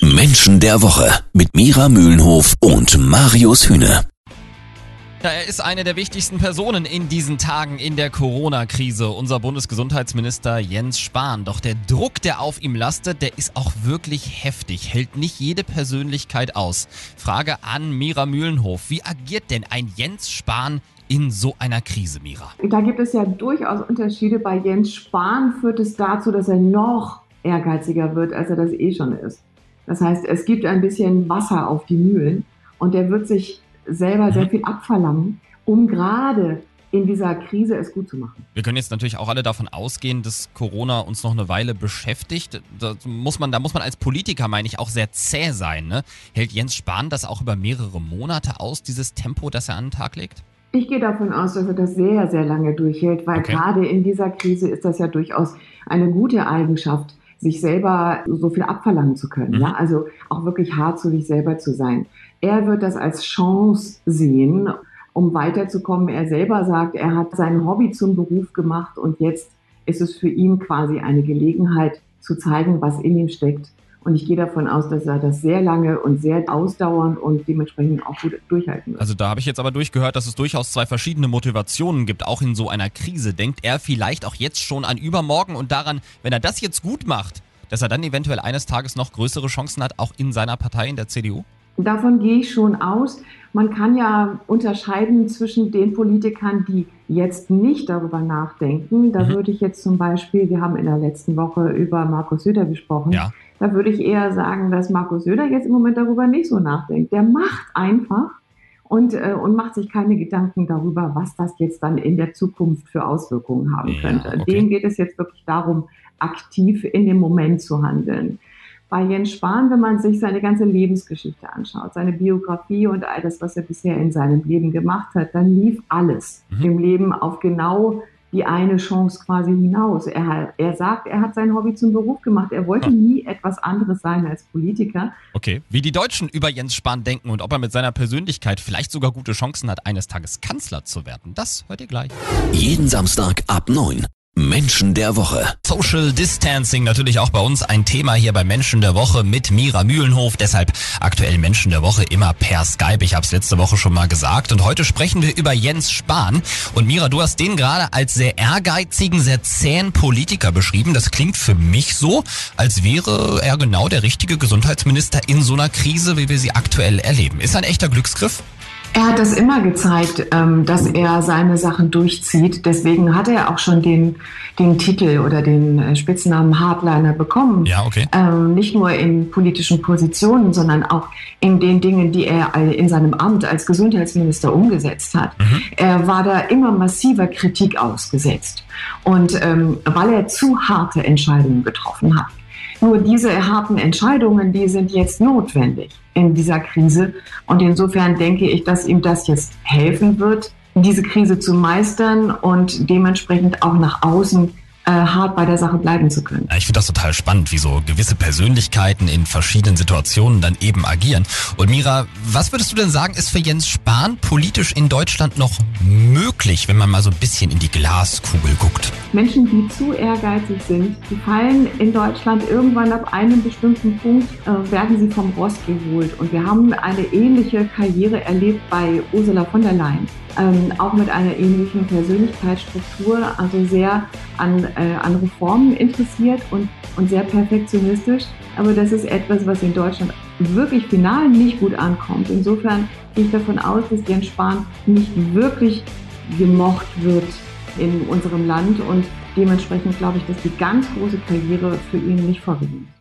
Menschen der Woche mit Mira Mühlenhof und Marius Hühne. Ja, er ist eine der wichtigsten Personen in diesen Tagen in der Corona-Krise, unser Bundesgesundheitsminister Jens Spahn. Doch der Druck, der auf ihm lastet, der ist auch wirklich heftig, hält nicht jede Persönlichkeit aus. Frage an Mira Mühlenhof, wie agiert denn ein Jens Spahn in so einer Krise, Mira? Da gibt es ja durchaus Unterschiede. Bei Jens Spahn führt es dazu, dass er noch ehrgeiziger wird, als er das schon ist. Das heißt, es gibt ein bisschen Wasser auf die Mühlen und er wird sich selber sehr viel abverlangen, um gerade in dieser Krise es gut zu machen. Wir können jetzt natürlich auch alle davon ausgehen, dass Corona uns noch eine Weile beschäftigt. Da muss man als Politiker, meine ich, auch sehr zäh sein, ne? Hält Jens Spahn das auch über mehrere Monate aus, dieses Tempo, das er an den Tag legt? Ich gehe davon aus, dass er das sehr, sehr lange durchhält, weil gerade in dieser Krise ist das ja durchaus eine gute Eigenschaft, sich selber so viel abverlangen zu können. Ja? Also auch wirklich hart zu sich selber zu sein. Er wird das als Chance sehen, um weiterzukommen. Er selber sagt, er hat sein Hobby zum Beruf gemacht und jetzt ist es für ihn quasi eine Gelegenheit zu zeigen, was in ihm steckt. Und ich gehe davon aus, dass er das sehr lange und sehr ausdauernd und dementsprechend auch gut durchhalten wird. Also da habe ich jetzt aber durchgehört, dass es durchaus zwei verschiedene Motivationen gibt, auch in so einer Krise. Denkt er vielleicht auch jetzt schon an übermorgen und daran, wenn er das jetzt gut macht, dass er dann eventuell eines Tages noch größere Chancen hat, auch in seiner Partei, in der CDU? Davon gehe ich schon aus. Man kann ja unterscheiden zwischen den Politikern, die jetzt nicht darüber nachdenken. Da würde ich jetzt zum Beispiel, wir haben in der letzten Woche über Markus Söder gesprochen, da würde ich eher sagen, dass Markus Söder jetzt im Moment darüber nicht so nachdenkt. Der macht einfach und macht sich keine Gedanken darüber, was das jetzt dann in der Zukunft für Auswirkungen haben könnte. Dem geht es jetzt wirklich darum, aktiv in dem Moment zu handeln. Bei Jens Spahn, wenn man sich seine ganze Lebensgeschichte anschaut, seine Biografie und all das, was er bisher in seinem Leben gemacht hat, dann lief alles im Leben auf genau die eine Chance quasi hinaus. Er sagt, er hat sein Hobby zum Beruf gemacht. Er wollte nie etwas anderes sein als Politiker. Okay, wie die Deutschen über Jens Spahn denken und ob er mit seiner Persönlichkeit vielleicht sogar gute Chancen hat, eines Tages Kanzler zu werden, das hört ihr gleich. Jeden Samstag ab 9. Menschen der Woche. Social Distancing natürlich auch bei uns ein Thema hier bei Menschen der Woche mit Mira Mühlenhof. Deshalb aktuell Menschen der Woche immer per Skype. Ich habe es letzte Woche schon mal gesagt. Und heute sprechen wir über Jens Spahn. Und Mira, du hast den gerade als sehr ehrgeizigen, sehr zähen Politiker beschrieben. Das klingt für mich so, als wäre er genau der richtige Gesundheitsminister in so einer Krise, wie wir sie aktuell erleben. Ist ein echter Glücksgriff? Er hat das immer gezeigt, dass er seine Sachen durchzieht. Deswegen hat er auch schon den Titel oder den Spitznamen Hardliner bekommen. Ja, okay. Nicht nur in politischen Positionen, sondern auch in den Dingen, die er in seinem Amt als Gesundheitsminister umgesetzt hat. Er war da immer massiver Kritik ausgesetzt. Und weil er zu harte Entscheidungen getroffen hat. Nur diese harten Entscheidungen, die sind jetzt notwendig in dieser Krise. Und insofern denke ich, dass ihm das jetzt helfen wird, diese Krise zu meistern und dementsprechend auch nach außen hart bei der Sache bleiben zu können. Ja, ich finde das total spannend, wie so gewisse Persönlichkeiten in verschiedenen Situationen dann eben agieren. Und Mira, was würdest du denn sagen, ist für Jens Spahn politisch in Deutschland noch möglich, wenn man mal so ein bisschen in die Glaskugel guckt? Menschen, die zu ehrgeizig sind, die fallen in Deutschland irgendwann ab einem bestimmten Punkt, werden sie vom Ross geholt. Und wir haben eine ähnliche Karriere erlebt bei Ursula von der Leyen. Auch mit einer ähnlichen Persönlichkeitsstruktur, also sehr an Reformen interessiert und sehr perfektionistisch. Aber das ist etwas, was in Deutschland wirklich final nicht gut ankommt. Insofern gehe ich davon aus, dass Jens Spahn nicht wirklich gemocht wird in unserem Land und dementsprechend glaube ich, dass die ganz große Karriere für ihn nicht vorgesehen ist.